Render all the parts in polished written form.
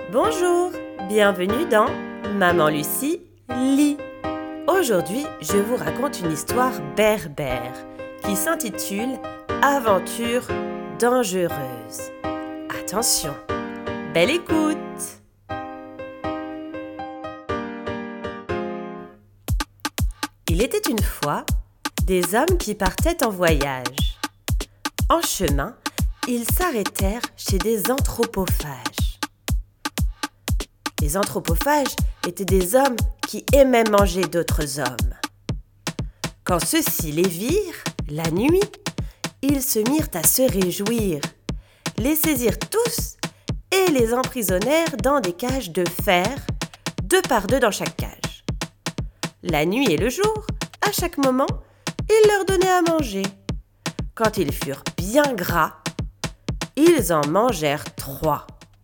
Bonjour, bienvenue dans Maman Lucie lit. Aujourd'hui, je vous raconte une histoire berbère qui s'intitule Aventure dangereuse. Attention, belle écoute! Il était une fois des hommes qui partaient en voyage. En chemin, ils s'arrêtèrent chez des anthropophages. Les anthropophages étaient des hommes qui aimaient manger d'autres hommes. Quand ceux-ci les virent, la nuit, ils se mirent à se réjouir, les saisirent tous et les emprisonnèrent dans des cages de fer, 2 par 2 dans chaque cage. La nuit et le jour, à chaque moment, ils leur donnaient à manger. Quand ils furent bien gras, ils en mangèrent 3.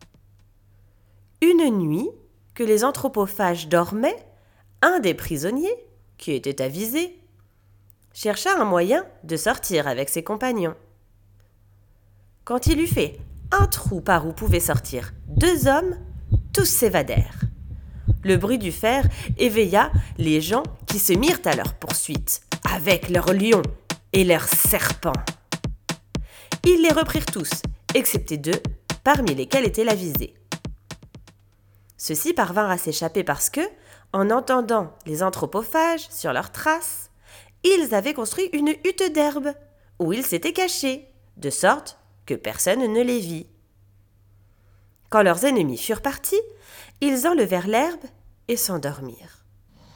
Une nuit, que les anthropophages dormaient, un des prisonniers, qui était avisé, chercha un moyen de sortir avec ses compagnons. Quand il eut fait un trou par où pouvaient sortir 2 hommes, tous s'évadèrent. Le bruit du fer éveilla les gens qui se mirent à leur poursuite, avec leurs lions et leurs serpents. Ils les reprirent tous, excepté 2, parmi lesquels était l'avisé. Ceux-ci parvinrent à s'échapper parce que, en entendant les anthropophages sur leurs traces, ils avaient construit une hutte d'herbe où ils s'étaient cachés, de sorte que personne ne les vit. Quand leurs ennemis furent partis, ils enlevèrent l'herbe et s'endormirent.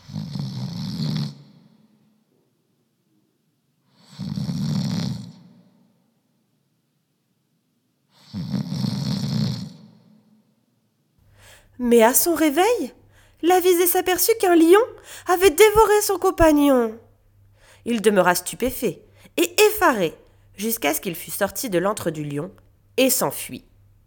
Mais à son réveil, l'avisé s'aperçut qu'un lion avait dévoré son compagnon. Il demeura stupéfait et effaré jusqu'à ce qu'il fût sorti de l'antre du lion et s'enfuit.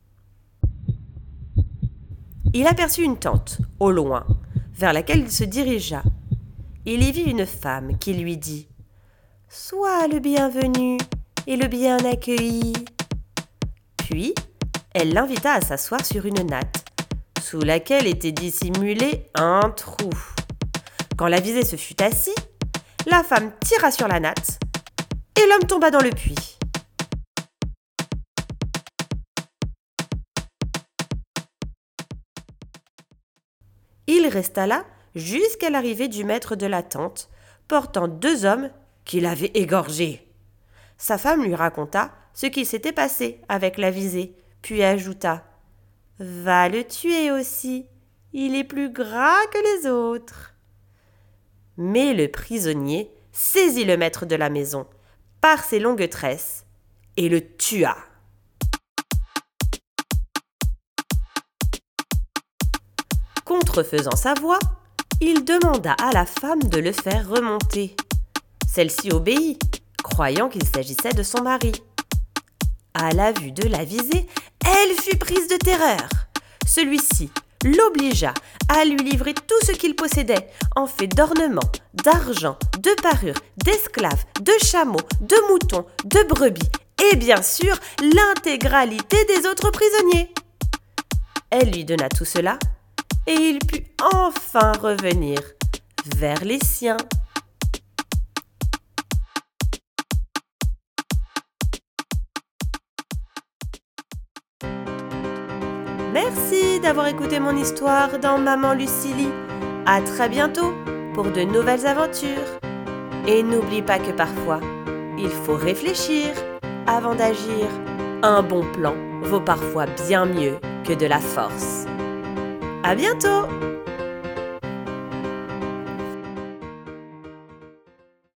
Il aperçut une tente, au loin, vers laquelle il se dirigea. Il y vit une femme qui lui dit « Sois le bienvenu et le bien accueilli ». Puis, elle l'invita à s'asseoir sur une natte, sous laquelle était dissimulé un trou. Quand l'avisé se fut assis, la femme tira sur la natte et l'homme tomba dans le puits. Il resta là jusqu'à l'arrivée du maître de la tente, portant 2 hommes qui l'avaient égorgé. Sa femme lui raconta ce qui s'était passé avec l'avisé, puis ajouta « Va le tuer aussi, il est plus gras que les autres. » Mais le prisonnier saisit le maître de la maison par ses longues tresses et le tua. Contrefaisant sa voix, il demanda à la femme de le faire remonter. Celle-ci obéit, croyant qu'il s'agissait de son mari. À la vue de l'avisé, elle fut prise de terreur. Celui-ci l'obligea à lui livrer tout ce qu'il possédait en fait d'ornements, d'argent, de parures, d'esclaves, de chameaux, de moutons, de brebis et bien sûr l'intégralité des autres prisonniers. Elle lui donna tout cela et il put enfin revenir vers les siens. Merci d'avoir écouté mon histoire dans Maman Lucie lit. À très bientôt pour de nouvelles aventures. Et n'oublie pas que parfois, il faut réfléchir avant d'agir. Un bon plan vaut parfois bien mieux que de la force. À bientôt!